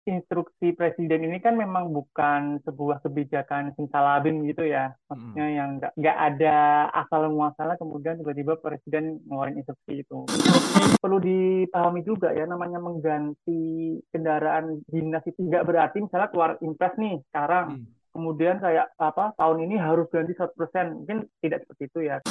instruksi presiden ini kan memang bukan sebuah kebijakan simsalabim gitu ya. Mm-mm. Maksudnya yang nggak ada asal muasalnya kemudian tiba-tiba presiden ngeluarin instruksi itu. Perlu dipahami juga ya namanya mengganti kendaraan dinas itu nggak berarti misalnya keluar impres nih sekarang. Mm. Kemudian kayak apa tahun ini harus ganti 100%. Mungkin tidak seperti itu ya.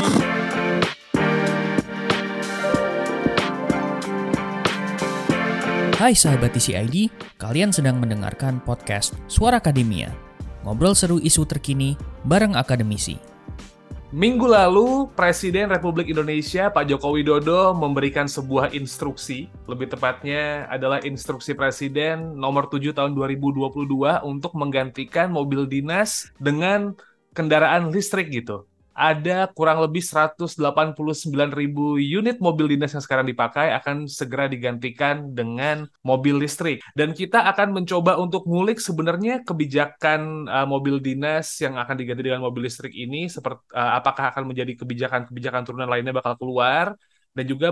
Hai sahabat TCID, kalian sedang mendengarkan podcast Suara Akademia. Ngobrol seru isu terkini bareng akademisi. Minggu lalu, Presiden Republik Indonesia Pak Joko Widodo memberikan sebuah instruksi, lebih tepatnya adalah instruksi Presiden nomor 7 tahun 2022 untuk menggantikan mobil dinas dengan kendaraan listrik gitu. Ada kurang lebih 189.000 unit mobil dinas yang sekarang dipakai akan segera digantikan dengan mobil listrik. Dan kita akan mencoba untuk ngulik sebenarnya kebijakan mobil dinas yang akan diganti dengan mobil listrik ini, seperti apakah akan menjadi kebijakan-kebijakan turunan lainnya bakal keluar, dan juga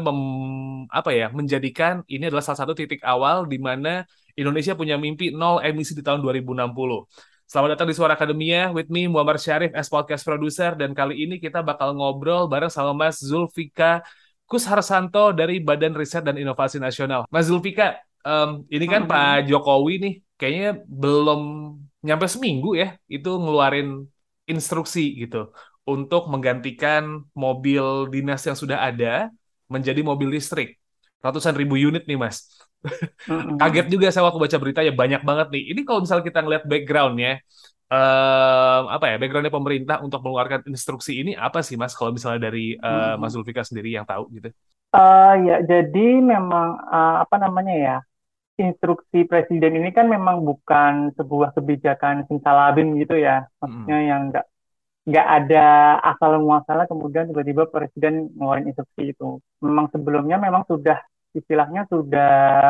menjadikan ini adalah salah satu titik awal di mana Indonesia punya mimpi nol emisi di tahun 2060. Selamat datang di Suara Akademia, with me Muhammad Syarif as podcast producer, dan kali ini kita bakal ngobrol bareng sama Mas Zulfika Kusharsanto dari Badan Riset dan Inovasi Nasional. Mas Zulfika, ini kan Mm-mm. Pak Jokowi nih, kayaknya belum nyampe seminggu ya, itu ngeluarin instruksi gitu untuk menggantikan mobil dinas yang sudah ada menjadi mobil listrik. Ratusan ribu unit nih, Mas. Kaget Mm-mm. juga saya waktu baca berita ya, banyak banget nih. Ini kalau misalnya kita ngeliat backgroundnya, backgroundnya pemerintah untuk mengeluarkan instruksi ini apa sih Mas? Kalau misalnya dari Mas Mm-mm. Zulfika sendiri yang tahu gitu. Ya, jadi memang apa namanya ya, instruksi presiden ini kan memang bukan sebuah kebijakan simsalabim gitu ya. Maksudnya Mm-mm. yang nggak ada asal muasalnya kemudian tiba-tiba presiden ngeluarin instruksi itu. Memang sebelumnya memang sudah istilahnya sudah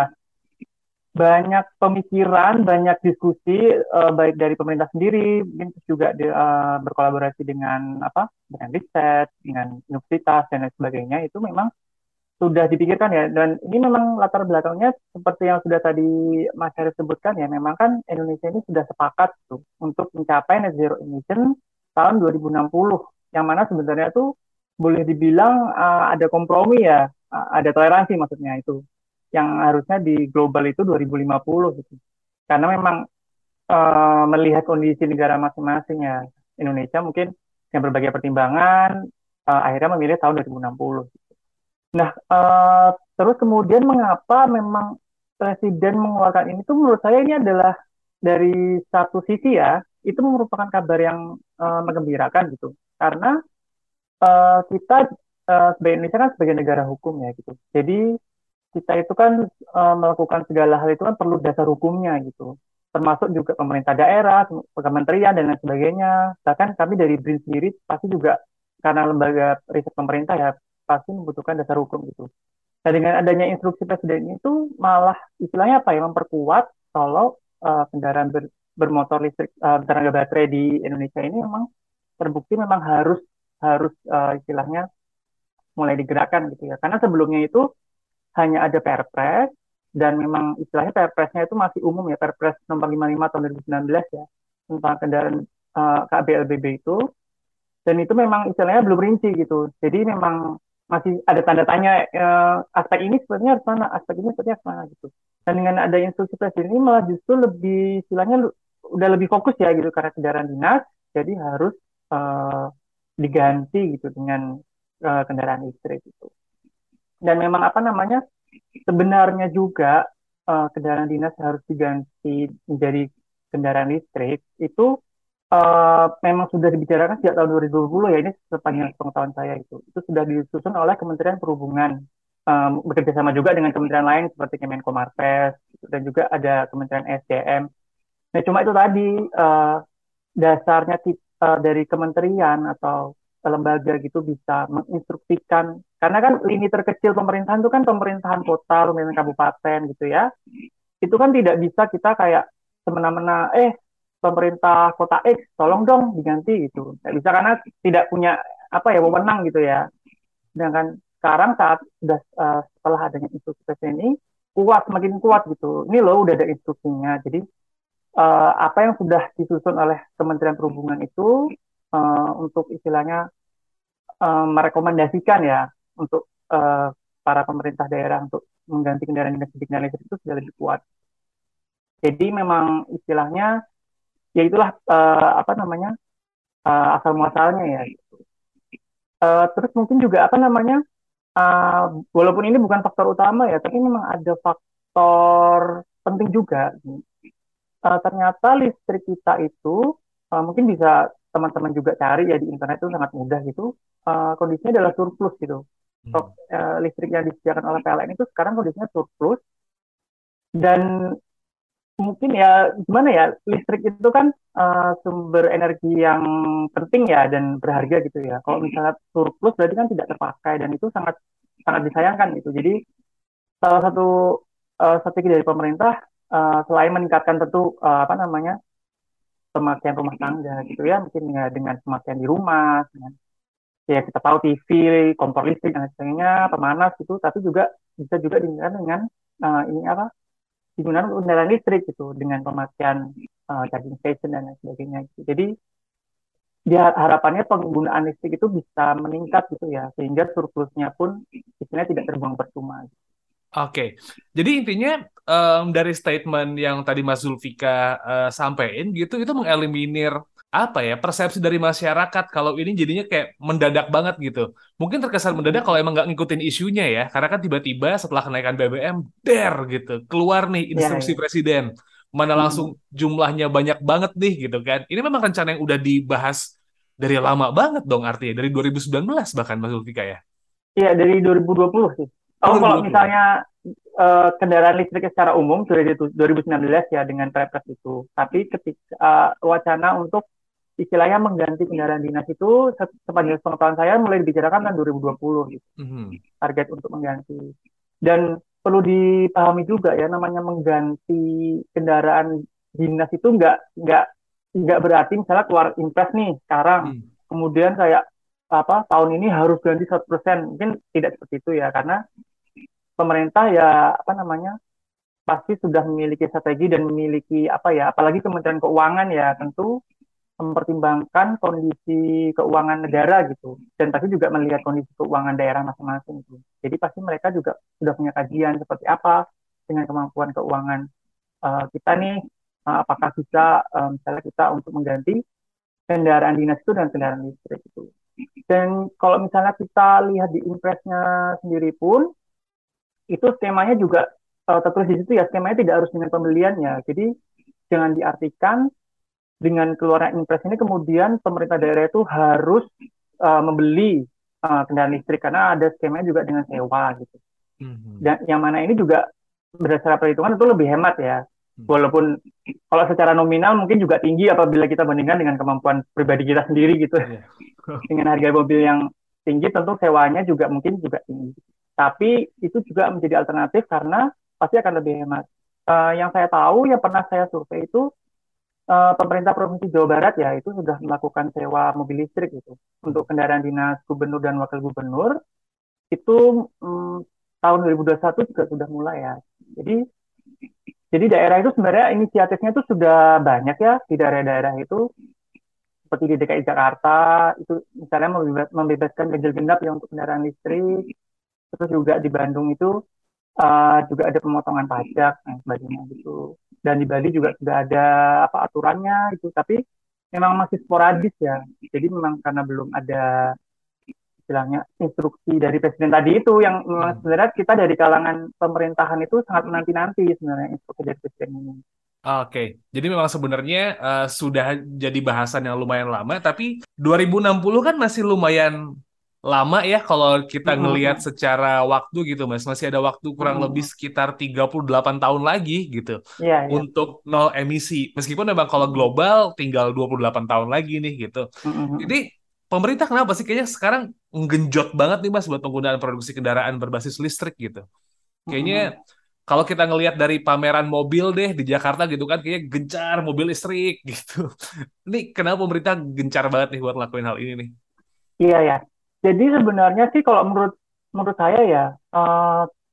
banyak pemikiran, banyak diskusi baik dari pemerintah sendiri, mungkin terus juga berkolaborasi dengan apa, dengan riset, dengan universitas dan lain sebagainya itu memang sudah dipikirkan ya. Dan ini memang latar belakangnya seperti yang sudah tadi Mas Heru sebutkan ya, memang kan Indonesia ini sudah sepakat tuh untuk mencapai net zero emission tahun 2060, yang mana sebenarnya tuh boleh dibilang ada kompromi ya, ada toleransi maksudnya itu, yang harusnya di global itu 2050 gitu. Karena memang melihat kondisi negara masing-masing ya, Indonesia mungkin yang berbagai pertimbangan akhirnya memilih tahun 2060. Nah, terus kemudian mengapa memang Presiden mengeluarkan ini tuh menurut saya ini adalah dari satu sisi ya, itu merupakan kabar yang menggembirakan gitu. Karena kita sebagai Indonesia kan sebagai negara hukum ya gitu. Jadi kita itu kan melakukan segala hal itu kan perlu dasar hukumnya gitu. Termasuk juga pemerintah daerah, kementerian dan lain sebagainya. Bahkan kami dari BRIN sendiri pasti juga karena lembaga riset pemerintah ya pasti membutuhkan dasar hukum gitu. Nah, dengan adanya instruksi presiden itu malah istilahnya apa ya memperkuat kalau kendaraan bermotor listrik bertenaga baterai di Indonesia ini memang terbukti memang harus harus istilahnya mulai digerakkan gitu ya. Karena sebelumnya itu hanya ada Perpres dan memang istilahnya Perpresnya itu masih umum ya, Perpres nomor 55 tahun 2019 ya tentang kendaraan KBLBB itu, dan itu memang istilahnya belum rinci gitu. Jadi memang masih ada tanda tanya aspek ini sepertinya harus mana, aspek ini sepertinya harus mana gitu. Dan dengan ada instruksi presiden ini malah justru lebih istilahnya udah lebih fokus ya gitu karena kendaraan dinas, jadi harus uh, diganti gitu dengan kendaraan listrik gitu. Dan memang apa namanya sebenarnya juga kendaraan dinas harus diganti menjadi kendaraan listrik itu memang sudah dibicarakan sejak tahun 2020 ya, ini sepanjang pengetahuan saya itu sudah disusun oleh Kementerian Perhubungan bekerja sama juga dengan kementerian lain seperti Kemenko Marves gitu, dan juga ada Kementerian SDM. Nah cuma itu tadi dasarnya dari kementerian atau lembaga gitu bisa menginstruksikan, karena kan lini terkecil pemerintahan itu kan pemerintahan kota, pemerintahan kabupaten gitu ya, itu kan tidak bisa kita kayak semena-mena pemerintah kota X tolong dong diganti gitu, nggak bisa karena tidak punya apa ya wewenang gitu ya. Sedangkan sekarang saat sudah setelah adanya instruksi ini semakin kuat gitu. Ini loh udah ada instruksinya. Jadi apa yang sudah disusun oleh Kementerian Perhubungan itu untuk istilahnya merekomendasikan ya untuk para pemerintah daerah untuk mengganti kendaraan dinas listrik itu sudah lebih kuat. Jadi memang istilahnya ya itulah apa namanya asal muasalnya ya. Terus mungkin juga apa namanya walaupun ini bukan faktor utama ya, tapi memang ada faktor penting juga. Ternyata listrik kita itu mungkin bisa teman-teman juga cari ya di internet itu sangat mudah gitu. Kondisinya adalah surplus gitu. Stok listrik yang disediakan oleh PLN itu sekarang kondisinya surplus dan mungkin ya gimana ya, listrik itu kan sumber energi yang penting ya dan berharga gitu ya. Kalau misalnya surplus berarti kan tidak terpakai dan itu sangat sangat disayangkan gitu. Jadi salah satu strategi dari pemerintah selain meningkatkan tentu apa namanya pemakaian rumah tangga gitu ya, mungkin ya dengan pemakaian di rumah, dengan, ya kita tahu TV, kompor listrik dan lain sebagainya, pemanas gitu, tapi juga bisa juga digunakan dengan ini apa digunakan untuk kendaraan listrik gitu dengan pemakaian charging station dan lain sebagainya gitu. Jadi ya harapannya penggunaan listrik itu bisa meningkat gitu ya sehingga surplusnya pun istilahnya tidak terbuang percuma. Oke, jadi intinya dari statement yang tadi Mas Zulfika sampaikan gitu, itu mengeliminir apa ya persepsi dari masyarakat kalau ini jadinya kayak mendadak banget gitu. Mungkin terkesan mendadak kalau emang nggak ngikutin isunya ya, karena kan tiba-tiba setelah kenaikan BBM, gitu, keluar nih Ya, instruksi ya. presiden, mana langsung jumlahnya banyak banget nih gitu kan. Ini memang rencana yang udah dibahas dari lama banget dong artinya, dari 2019 bahkan Mas Zulfika ya. Iya, dari 2020 sih. Oh, Oh, kalau 2020. misalnya kendaraan listrik secara umum sudah di 2019 ya dengan Perpres itu. Tapi ketika wacana untuk istilahnya mengganti kendaraan dinas itu sepanjang pengetahuan saya mulai dibicarakan tahun 2020 gitu. Target untuk mengganti. Dan perlu dipahami juga ya namanya mengganti kendaraan dinas itu nggak berarti misalnya keluar impres nih sekarang. Kemudian kayak apa tahun ini harus ganti 100%, mungkin tidak seperti itu ya karena pemerintah ya apa namanya pasti sudah memiliki strategi dan memiliki apa ya apalagi Kementerian Keuangan ya tentu mempertimbangkan kondisi keuangan negara gitu dan pasti juga melihat kondisi keuangan daerah masing-masing gitu. Jadi pasti mereka juga sudah punya kajian seperti apa dengan kemampuan keuangan kita nih apakah bisa misalnya kita untuk mengganti kendaraan dinas itu dan kendaraan listrik itu. Dan kalau misalnya kita lihat di impresnya sendiri pun, itu skemanya juga tertulis di situ ya, skemanya tidak harus dengan pembeliannya. Jadi jangan diartikan dengan keluarnya impres ini kemudian pemerintah daerah itu harus membeli kendaraan listrik karena ada skemanya juga dengan sewa gitu. Dan yang mana ini juga berdasarkan perhitungan itu lebih hemat ya. Walaupun kalau secara nominal mungkin juga tinggi apabila kita bandingkan dengan kemampuan pribadi kita sendiri gitu. Dengan harga mobil yang tinggi tentu sewanya juga mungkin juga tinggi. Tapi itu juga menjadi alternatif karena pasti akan lebih hemat. Yang saya tahu, yang pernah saya survei itu pemerintah Provinsi Jawa Barat ya itu sudah melakukan sewa mobil listrik gitu untuk kendaraan dinas gubernur dan wakil gubernur itu tahun 2021 juga sudah mulai ya. Jadi daerah itu sebenarnya inisiatifnya itu sudah banyak ya di daerah-daerah itu seperti di DKI Jakarta itu misalnya membebaskan ganjil genap ya untuk kendaraan listrik. Terus juga di Bandung itu juga ada pemotongan pajak dan sebagainya gitu. Dan di Bali juga sudah ada apa aturannya itu, tapi memang masih sporadis ya. Jadi memang karena belum ada istilahnya instruksi dari presiden tadi itu yang sebenarnya kita dari kalangan pemerintahan itu sangat menanti-nanti sebenarnya instruksi dari presiden ini. Oke, jadi memang sebenarnya sudah jadi bahasan yang lumayan lama, tapi 2060 kan masih lumayan lama ya kalau kita ngelihat secara waktu gitu Mas. Masih ada waktu kurang lebih sekitar 38 tahun lagi gitu untuk nol emisi. Meskipun memang kalau global tinggal 28 tahun lagi nih gitu. Jadi pemerintah kenapa sih kayaknya sekarang nggenjot banget nih Mas buat penggunaan produksi kendaraan berbasis listrik gitu. Kayaknya kalau kita ngelihat dari pameran mobil deh di Jakarta gitu kan kayaknya gencar mobil listrik gitu. Ini kenapa pemerintah gencar banget nih buat ngelakuin hal ini nih? Iya ya. Jadi sebenarnya sih kalau menurut saya ya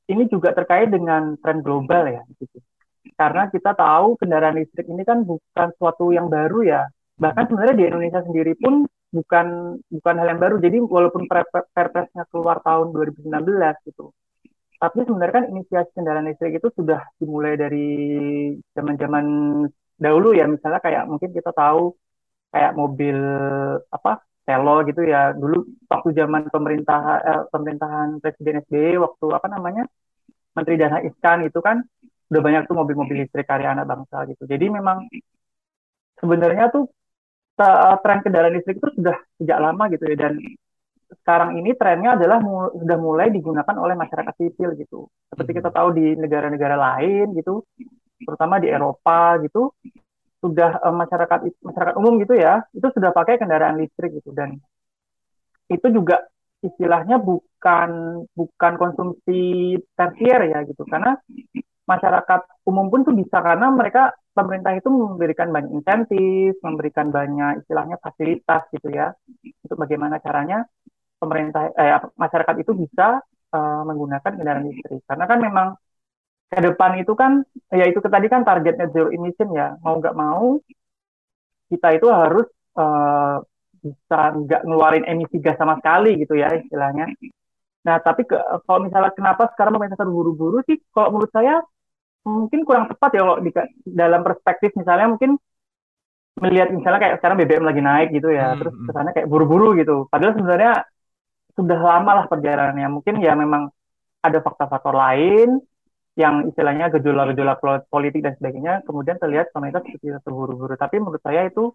ini juga terkait dengan tren global ya, gitu. Karena kita tahu kendaraan listrik ini kan bukan suatu yang baru ya. Bahkan sebenarnya di Indonesia sendiri pun bukan bukan hal yang baru. Jadi walaupun Perpresnya keluar tahun 2019 gitu, tapi sebenarnya kan inisiasi kendaraan listrik itu sudah dimulai dari zaman-zaman dahulu ya. Misalnya kayak mungkin kita tahu kayak mobil apa Telo gitu ya. Dulu waktu zaman pemerintahan Presiden SBY waktu apa namanya Menteri Dana Iskan itu kan udah banyak tuh mobil-mobil listrik karya anak bangsa gitu. Jadi memang sebenarnya tuh tren kendaraan listrik itu sudah sejak lama gitu ya, dan sekarang ini trennya adalah sudah mulai digunakan oleh masyarakat sipil gitu. Seperti kita tahu di negara-negara lain gitu, terutama di Eropa gitu, sudah masyarakat umum gitu ya, itu sudah pakai kendaraan listrik gitu, dan itu juga istilahnya bukan bukan konsumsi tersier ya gitu, karena masyarakat umum pun tuh bisa karena mereka pemerintah itu memberikan banyak insentif, memberikan banyak istilahnya fasilitas gitu ya, untuk bagaimana caranya masyarakat itu bisa menggunakan kendaraan listrik. Karena kan memang ke depan itu kan ya itu tadi kan targetnya zero emission ya, mau nggak mau kita itu harus uh, bisa nggak ngeluarin emisi gas sama sekali gitu ya istilahnya. Nah tapi kalau misalnya kenapa sekarang pemerintah terburu-buru sih, kalau menurut saya mungkin kurang tepat ya kalau dalam perspektif misalnya mungkin melihat misalnya kayak sekarang BBM lagi naik gitu ya, terus kesannya kayak buru-buru gitu. Padahal sebenarnya sudah lama lah perjalanannya. Mungkin ya memang ada faktor-faktor lain yang istilahnya gejolak-gejolak politik dan sebagainya. Kemudian terlihat pemerintah seperti terburu-buru. Tapi menurut saya itu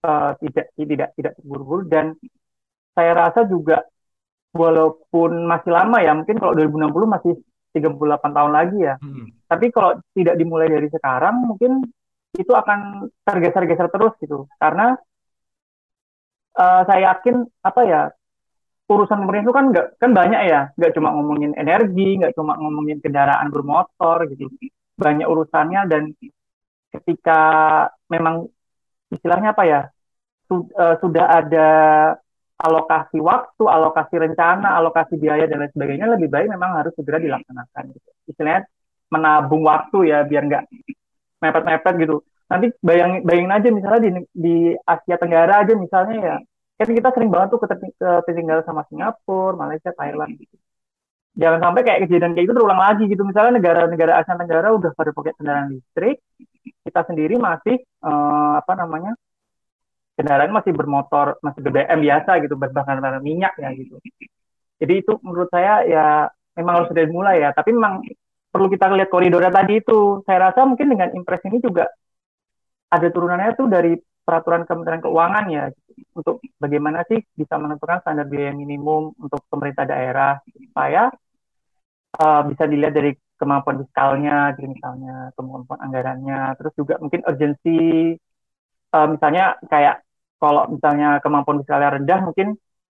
tidak terburu-buru, dan saya rasa juga walaupun masih lama ya, mungkin kalau 2060 masih 38 tahun lagi ya. Tapi kalau tidak dimulai dari sekarang, mungkin itu akan tergeser-geser terus gitu. Karena saya yakin apa ya, urusan pemerintah itu kan banyak ya, nggak cuma ngomongin energi, nggak cuma ngomongin kendaraan bermotor gitu, banyak urusannya. Dan ketika memang istilahnya apa ya, sudah ada alokasi waktu, alokasi rencana, alokasi biaya dan lain sebagainya, lebih baik memang harus segera dilaksanakan gitu. Istilahnya menabung waktu ya, biar nggak mepet-mepet gitu. Nanti bayangin aja misalnya di Asia Tenggara aja misalnya ya, kan kita sering banget tuh ketinggalan sama Singapura, Malaysia, Thailand gitu. Jangan sampai kayak kejadian kayak itu terulang lagi gitu. Misalnya negara-negara Asia Tenggara udah pada pakai kendaraan listrik, kita sendiri masih apa namanya, kendaraan masih bermotor, masih BBM biasa gitu, bahkan minyak ya gitu. Jadi itu menurut saya ya memang harus dari mulai ya. Tapi memang perlu kita lihat koridornya tadi itu. Saya rasa mungkin dengan impres ini juga ada turunannya tuh dari peraturan Kementerian Keuangan ya, untuk bagaimana sih bisa menentukan standar biaya minimum untuk pemerintah daerah supaya bisa dilihat dari kemampuan fiskalnya, gitu misalnya kemampuan anggarannya, terus juga mungkin urgensi, misalnya kayak kalau misalnya kemampuan fiskalnya rendah mungkin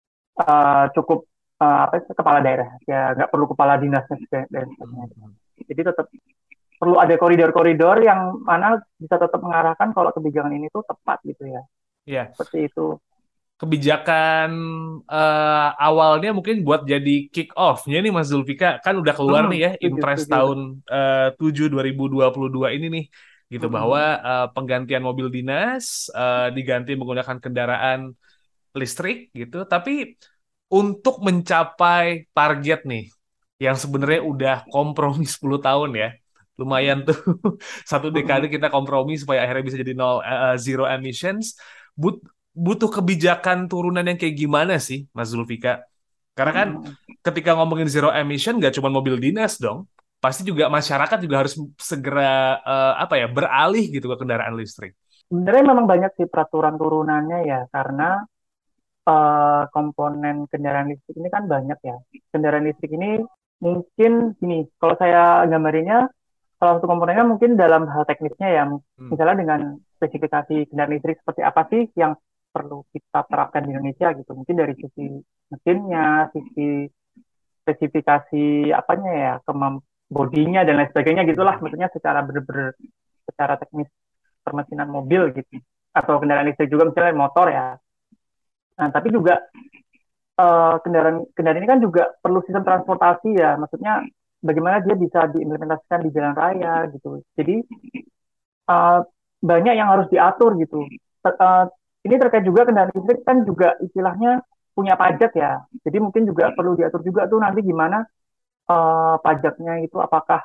cukup kepala daerah ya, nggak perlu kepala dinasnya dan sebagainya. Jadi tetap perlu ada koridor-koridor yang mana bisa tetap mengarahkan kalau kebijakan ini tuh tepat gitu ya. Iya. Seperti itu. Kebijakan awalnya mungkin buat jadi kick off-nya nih Mas Zulfika, kan udah keluar nih ya Impres tahun 7 2022 ini nih gitu, bahwa penggantian mobil dinas diganti menggunakan kendaraan listrik gitu. Tapi untuk mencapai target nih yang sebenarnya udah kompromi 10 tahun ya, lumayan tuh satu dekade kita kompromi supaya akhirnya bisa jadi zero emissions. Butuh kebijakan turunan yang kayak gimana sih, Mas Zulfika? Karena kan ketika ngomongin zero emission, nggak cuma mobil dinas dong, pasti juga masyarakat juga harus segera beralih gitu ke kendaraan listrik. Sebenarnya memang banyak sih peraturan turunannya ya, karena komponen kendaraan listrik ini kan banyak ya. Kendaraan listrik ini mungkin gini, kalau saya gambarinnya, salah satu komponennya mungkin dalam hal teknisnya ya, misalnya dengan spesifikasi kendaraan listrik seperti apa sih yang perlu kita terapkan di Indonesia gitu. Mungkin dari sisi mesinnya, sisi spesifikasi apanya ya, bodinya dan lain sebagainya gitulah. Maksudnya secara teknis permesinan mobil gitu, atau kendaraan listrik juga misalnya motor ya. Nah, tapi juga kendaraan ini kan juga perlu sistem transportasi ya. Maksudnya bagaimana dia bisa diimplementasikan di jalan raya gitu. Jadi uh, banyak yang harus diatur gitu. Ini terkait juga kendaraan listrik kan juga istilahnya punya pajak ya. Jadi mungkin juga perlu diatur juga tuh nanti gimana pajaknya itu apakah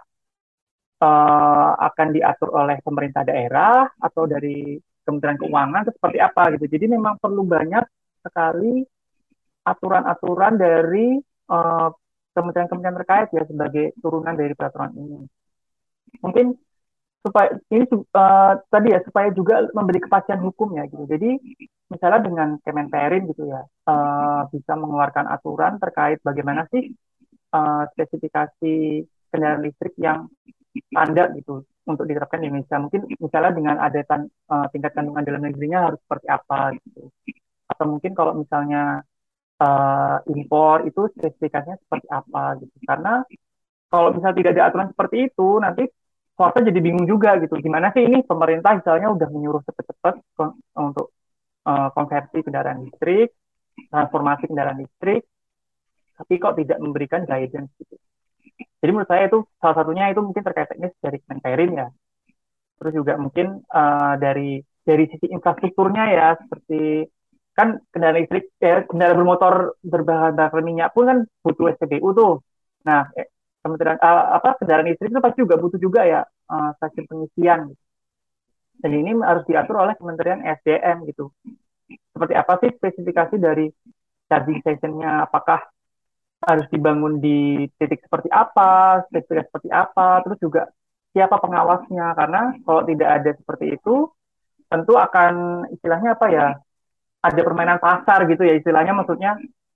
akan diatur oleh pemerintah daerah atau dari Kementerian Keuangan atau seperti apa gitu. Jadi memang perlu banyak sekali aturan-aturan dari kementerian-kementerian terkait ya sebagai turunan dari peraturan ini. Mungkin supaya ini tadi ya supaya juga memberi kepastian hukum ya gitu. Jadi misalnya dengan Kemenperin gitu ya bisa mengeluarkan aturan terkait bagaimana sih spesifikasi kendaraan listrik yang standar gitu untuk diterapkan di Indonesia. Mungkin misalnya dengan ada tingkat kandungan dalam negerinya harus seperti apa gitu. Atau mungkin kalau misalnya impor itu spesifikasinya seperti apa gitu. Karena kalau misalnya tidak ada aturan seperti itu, nanti swasta jadi bingung juga gitu. Gimana sih ini pemerintah misalnya udah menyuruh cepat-cepat untuk konversi kendaraan listrik, transformasi kendaraan listrik, tapi kok tidak memberikan guidance gitu. Jadi menurut saya itu salah satunya itu mungkin terkait teknis dari Kemenperin ya. Terus juga mungkin dari sisi infrastrukturnya ya, seperti kan kendaraan listrik, kendaraan bermotor berbahan bakar minyak pun kan butuh SPBU tuh. Nah, kementerian kendaraan listrik itu pasti juga butuh juga ya stasiun pengisian. Dan ini harus diatur oleh Kementerian SDM gitu. Seperti apa sih spesifikasi dari charging station-nya? Apakah harus dibangun di titik seperti apa, spesifikasi seperti apa, terus juga siapa pengawasnya? Karena kalau tidak ada seperti itu, tentu akan istilahnya apa ya? Ada permainan pasar gitu ya istilahnya, maksudnya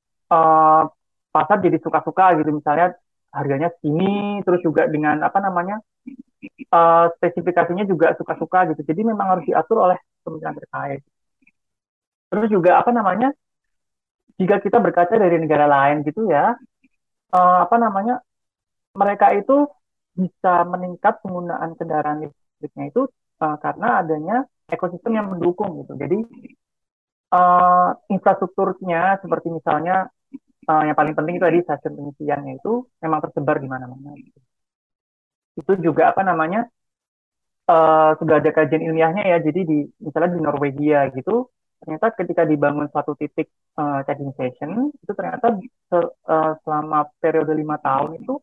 pasar jadi suka-suka gitu, misalnya harganya segini, terus juga dengan apa namanya spesifikasinya juga suka-suka gitu. Jadi memang harus diatur oleh kementerian terkait. Terus juga apa namanya, jika kita berkaca dari negara lain gitu ya, apa namanya, mereka itu bisa meningkat penggunaan kendaraan listriknya itu karena adanya ekosistem yang mendukung gitu. Jadi infrastrukturnya seperti misalnya yang paling penting itu tadi stasiun pengisiannya itu memang tersebar di mana-mana. Gitu. Itu juga apa namanya sudah ada kajian ilmiahnya ya. Jadi misalnya di Norwegia gitu, ternyata ketika dibangun suatu titik charging station itu ternyata selama periode 5 tahun itu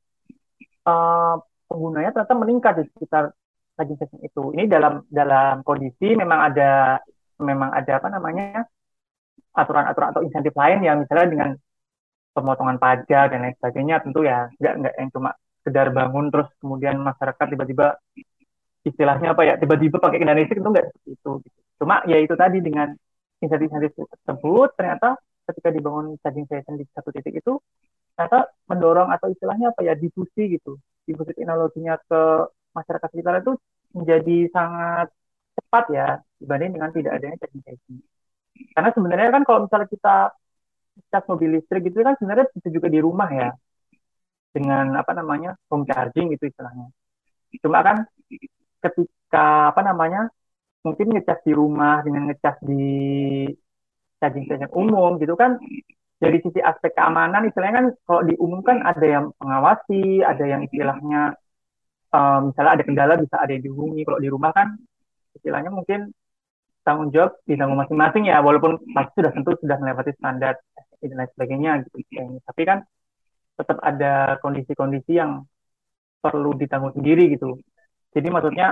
penggunanya ternyata meningkat di sekitar charging station itu. Ini dalam kondisi memang ada apa namanya aturan-aturan atau insentif lain ya, misalnya dengan pemotongan pajak dan lain sebagainya, tentu ya nggak yang cuma sekedar bangun terus kemudian masyarakat tiba-tiba istilahnya apa ya tiba-tiba pakai kendaraan listrik, itu nggak seperti itu gitu. Cuma ya itu tadi dengan insentif-insentif tersebut ternyata ketika dibangun charging station di satu titik itu ternyata mendorong atau istilahnya apa ya difusi gitu, difusi teknologinya ke masyarakat sekitar itu menjadi sangat cepat ya dibanding dengan tidak adanya charging station. Karena sebenarnya kan kalau misalnya kita cas mobil listrik gitu kan sebenarnya bisa juga di rumah ya dengan apa namanya home charging gitu istilahnya. Cuma kan ketika apa namanya mungkin ngecas di rumah dengan ngecas di charging station umum gitu kan, dari sisi aspek keamanan istilahnya kan kalau di umum kan ada yang mengawasi, ada yang istilahnya misalnya ada kendala bisa ada yang dihubungi. Kalau di rumah kan istilahnya mungkin tanggung jawab ditanggung masing-masing ya, walaupun pasti sudah tentu sudah melewati standar dan lain sebagainya gitu. Tapi kan tetap ada kondisi-kondisi yang perlu ditanggung sendiri gitu. Jadi maksudnya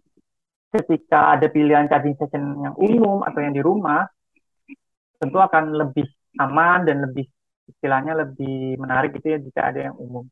ketika ada pilihan charging station yang umum atau yang di rumah, tentu akan lebih aman dan lebih istilahnya lebih menarik gitu ya jika ada yang umum.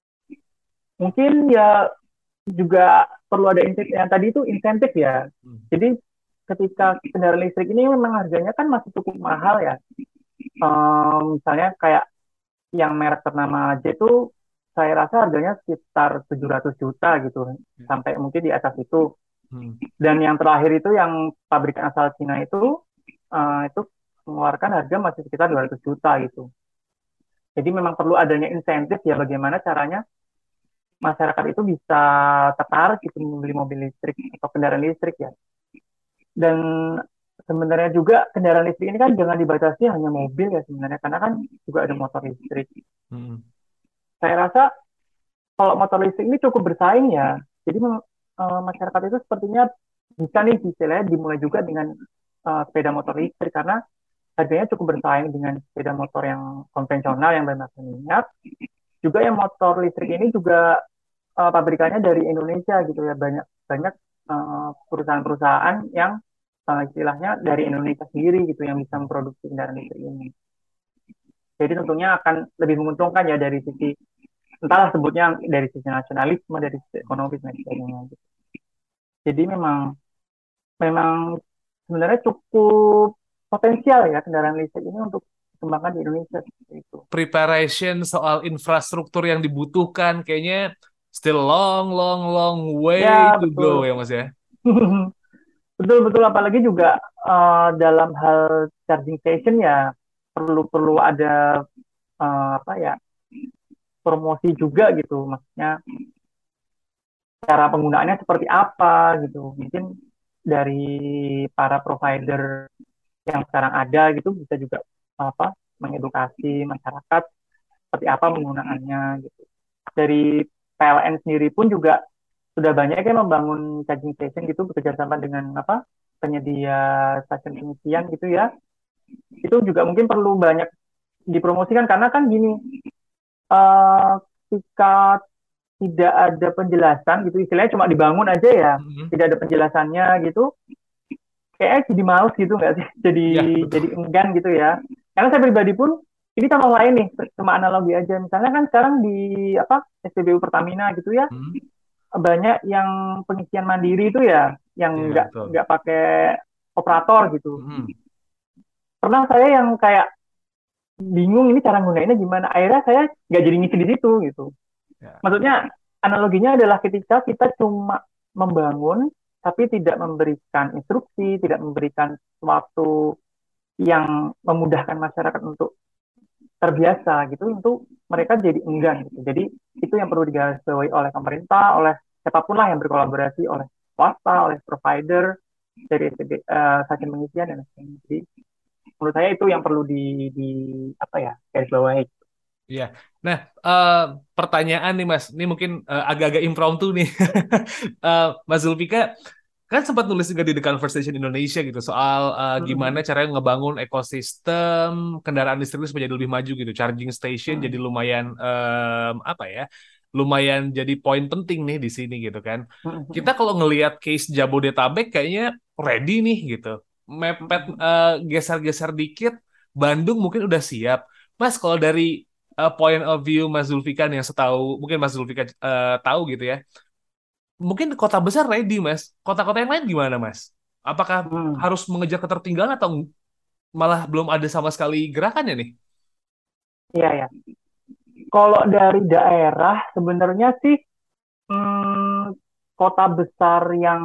Mungkin ya juga perlu ada insentif yang tadi itu insentif ya. Jadi ketika kendaraan listrik ini memang harganya kan masih cukup mahal ya. Misalnya kayak yang merek ternama aja itu saya rasa harganya sekitar 700 juta gitu, sampai mungkin di atas itu. Dan yang terakhir itu yang pabrikan asal Cina itu mengeluarkan harga masih sekitar 200 juta gitu. Jadi memang perlu adanya insentif ya, bagaimana caranya masyarakat itu bisa tertarik gitu membeli mobil listrik atau kendaraan listrik ya. Dan sebenarnya juga kendaraan listrik ini kan jangan dibatasi hanya mobil ya sebenarnya, karena kan juga ada motor listrik. Saya rasa kalau motor listrik ini cukup bersaing ya. Jadi masyarakat itu sepertinya bisa nih istilahnya dimulai juga dengan sepeda motor listrik karena harganya cukup bersaing dengan sepeda motor yang konvensional yang berbahan minyak. Juga yang motor listrik ini juga pabrikannya dari Indonesia gitu ya. Banyak banyak perusahaan-perusahaan yang istilahnya dari Indonesia sendiri gitu yang bisa memproduksi kendaraan listrik ini. Jadi tentunya akan lebih menguntungkan ya dari sisi entahlah sebutnya dari sisi nasionalisme, dari sisi ekonomis dan sebagainya. Gitu. Jadi memang memang sebenarnya cukup potensial ya kendaraan listrik ini untuk dikembangkan di Indonesia seperti itu. Preparation soal infrastruktur yang dibutuhkan kayaknya still long way Ya to go betul, ya Mas ya. betul betul apalagi juga dalam hal charging station ya perlu ada apa ya promosi juga gitu, maksudnya cara penggunaannya seperti apa gitu. Mungkin dari para provider yang sekarang ada gitu bisa juga apa mengedukasi masyarakat seperti apa penggunaannya gitu. Dari PLN sendiri pun juga sudah banyak yang membangun charging station gitu bekerja sama dengan apa penyedia stasiun pengisian gitu ya. Itu juga mungkin perlu banyak dipromosikan karena kan gini, eh ketika tidak ada penjelasan gitu istilahnya cuma dibangun aja ya, Mhm. tidak ada penjelasannya gitu, kayaknya jadi males gitu nggak sih, Ya, betul. jadi enggan gitu ya. Karena saya pribadi pun ini contoh lain nih, cuma analogi aja. Misalnya kan sekarang di apa SPBU Pertamina gitu ya, Mhm. banyak yang pengisian mandiri itu ya, yang Ya, betul. nggak pakai operator gitu. Mhm. Pernah saya yang kayak bingung ini cara gunainnya gimana. Akhirnya saya nggak jadi ngisi di situ gitu. Ya. Maksudnya analoginya adalah ketika kita cuma membangun tapi tidak memberikan instruksi, tidak memberikan suatu yang memudahkan masyarakat untuk terbiasa gitu, untuk mereka jadi enggan gitu. Jadi itu yang perlu digarisbawahi oleh pemerintah, oleh siapapun lah yang berkolaborasi, oleh swasta, oleh provider dari stasiun pengisian dan sebagainya. Jadi menurut saya itu yang perlu di apa ya garis bawahi. Iya. Nah, pertanyaan nih Mas, ini mungkin agak-agak impromptu nih. Mas Zulfika kan sempat nulis juga di The Conversation Indonesia gitu soal gimana caranya ngebangun ekosistem kendaraan listrik itu menjadi lebih maju gitu. Charging station jadi lumayan apa ya? Lumayan jadi poin penting nih di sini gitu kan. Kita kalau ngelihat case Jabodetabek kayaknya ready nih gitu. Mepet geser-geser dikit, Bandung mungkin udah siap. Mas, kalau dari point of view Mas Zulfikan yang setahu mungkin Mas Zulfikan tahu gitu ya. Mungkin kota besar ready, Mas. Kota-kota yang lain gimana, Mas? Apakah harus mengejar ketertinggalan atau malah belum ada sama sekali gerakannya nih? Iya ya. Kalau dari daerah sebenarnya sih hmm, kota besar yang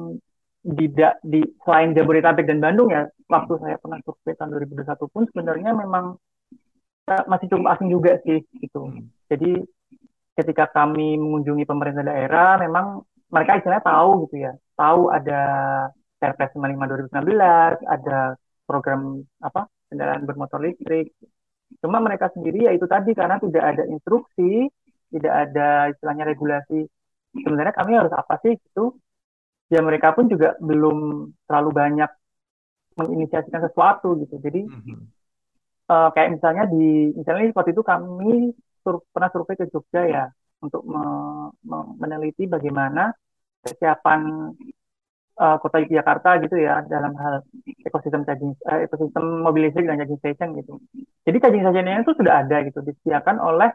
di selain Jabodetabek dan Bandung ya, waktu saya pernah survei tahun 2021 pun sebenarnya memang masih cukup asing juga sih gitu. Hmm. Jadi ketika kami mengunjungi pemerintah daerah, memang mereka istilahnya tahu gitu ya, tahu ada Perpres 95 2019, ada program apa kendaraan bermotor listrik. Cuma mereka sendiri ya itu tadi karena tidak ada instruksi, tidak ada istilahnya regulasi. Sebenarnya kami harus apa sih gitu? Ya mereka pun juga belum terlalu banyak menginisiasikan sesuatu gitu. Jadi Mhm. kayak misalnya waktu itu kami pernah survei ke Jogja ya untuk meneliti bagaimana kesiapan kota Yogyakarta gitu ya dalam hal ekosistem mobil listrik dan charging station gitu. Jadi charging stationnya itu sudah ada gitu disediakan oleh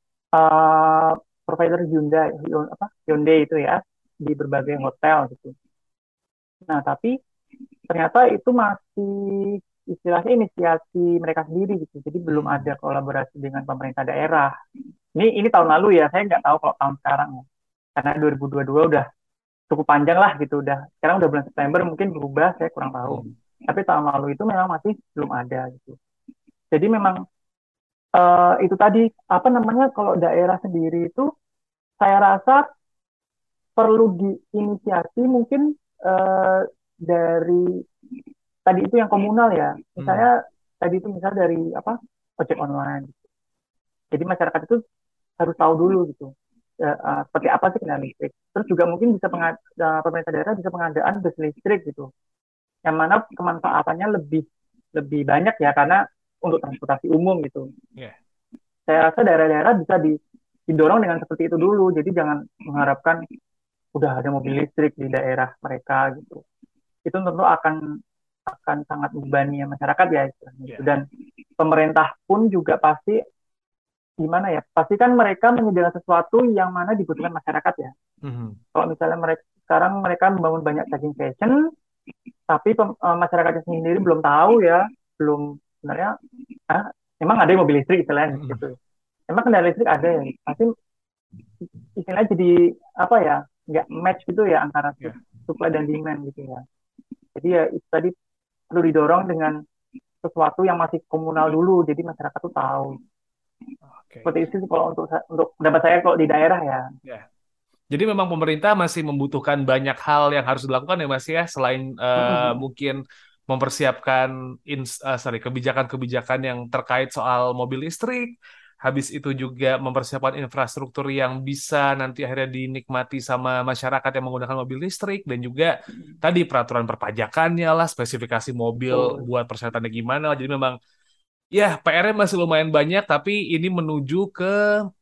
uh, provider Hyundai itu ya di berbagai hotel gitu. Nah tapi ternyata itu masih istilahnya inisiasi mereka sendiri gitu. Jadi belum ada kolaborasi dengan pemerintah daerah. Ini tahun lalu ya, saya nggak tahu kalau tahun sekarang ya. Karena 2022 udah cukup panjang lah gitu. Sekarang udah bulan September mungkin berubah, saya kurang tahu. Tapi tahun lalu itu memang masih belum ada gitu. Jadi memang itu tadi apa namanya kalau daerah sendiri itu saya rasa perlu diinisiasi mungkin dari tadi itu yang komunal ya. Misalnya tadi itu misal dari apa ojek online. Jadi masyarakat itu harus tahu dulu gitu. seperti apa sih kendaraan listrik. Terus juga mungkin bisa pemerintah daerah bisa pengadaan bus listrik gitu, yang mana kemanfaatannya lebih banyak ya karena untuk transportasi umum gitu. Yeah. Saya rasa daerah-daerah bisa didorong dengan seperti itu dulu. Jadi jangan mengharapkan udah ada mobil listrik di daerah mereka gitu. Itu tentu akan sangat membebani masyarakat ya istilahnya. Yeah. Dan pemerintah pun juga pasti gimana ya? Pasti kan mereka menyediakan sesuatu yang mana dibutuhkan masyarakat ya. Kalau misalnya sekarang mereka membangun banyak charging station, tapi masyarakatnya sendiri belum tahu ya, belum sebenarnya emang ada mobil listrik istilahnya gitu. Emang kendaraan listrik ada ya, pasti istilahnya jadi apa ya, nggak match gitu ya antara supply dan demand gitu ya. Jadi ya itu tadi perlu didorong dengan sesuatu yang masih komunal dulu, jadi masyarakat tuh tahu. Seperti itu sih kalau untuk pendapat saya kalau di daerah ya. Jadi memang pemerintah masih membutuhkan banyak hal yang harus dilakukan ya Mas ya, selain mungkin mempersiapkan kebijakan-kebijakan yang terkait soal mobil listrik, habis itu juga mempersiapkan infrastruktur yang bisa nanti akhirnya dinikmati sama masyarakat yang menggunakan mobil listrik, dan juga tadi peraturan perpajakannya lah, spesifikasi mobil buat persyaratannya gimana. Jadi memang ya PR-nya masih lumayan banyak, tapi ini menuju ke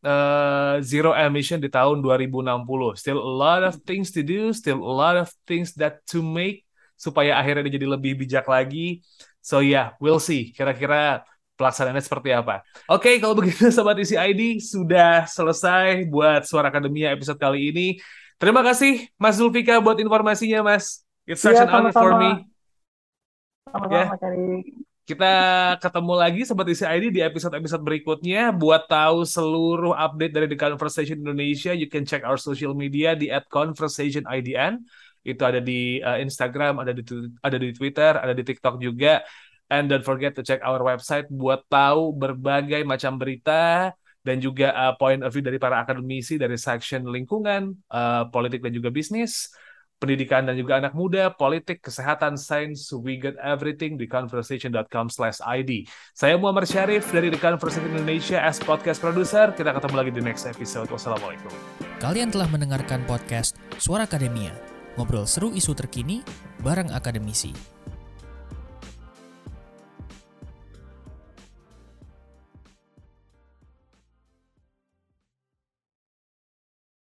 zero emission di tahun 2060. Still a lot of things to do, still a lot of things that to make, supaya akhirnya dia jadi lebih bijak lagi. So yeah, we'll see. Kira-kira pelaksanaannya seperti apa. Oke, kalau begitu Sobat Isi ID, sudah selesai buat Suara Akademia episode kali ini. Terima kasih Mas Zulfika buat informasinya, Mas. It's such an honor for me. Sama-sama, Mas Erik. Kita ketemu lagi Sobat Isi ID di episode-episode berikutnya. Buat tahu seluruh update dari The Conversation Indonesia, you can check our social media di @conversationidn. Itu ada di Instagram, ada di Twitter, ada di TikTok juga. And don't forget to check our website buat tahu berbagai macam berita dan juga point of view dari para akademisi dari section lingkungan, politik dan juga bisnis, pendidikan dan juga anak muda, politik, kesehatan, sains. We got everything di conversation.com/id. Saya Muhammad Syarif dari The Conversation Indonesia as podcast producer. Kita ketemu lagi di next episode. Wassalamualaikum. Kalian telah mendengarkan podcast Suara Akademia. Ngobrol seru isu terkini bareng akademisi.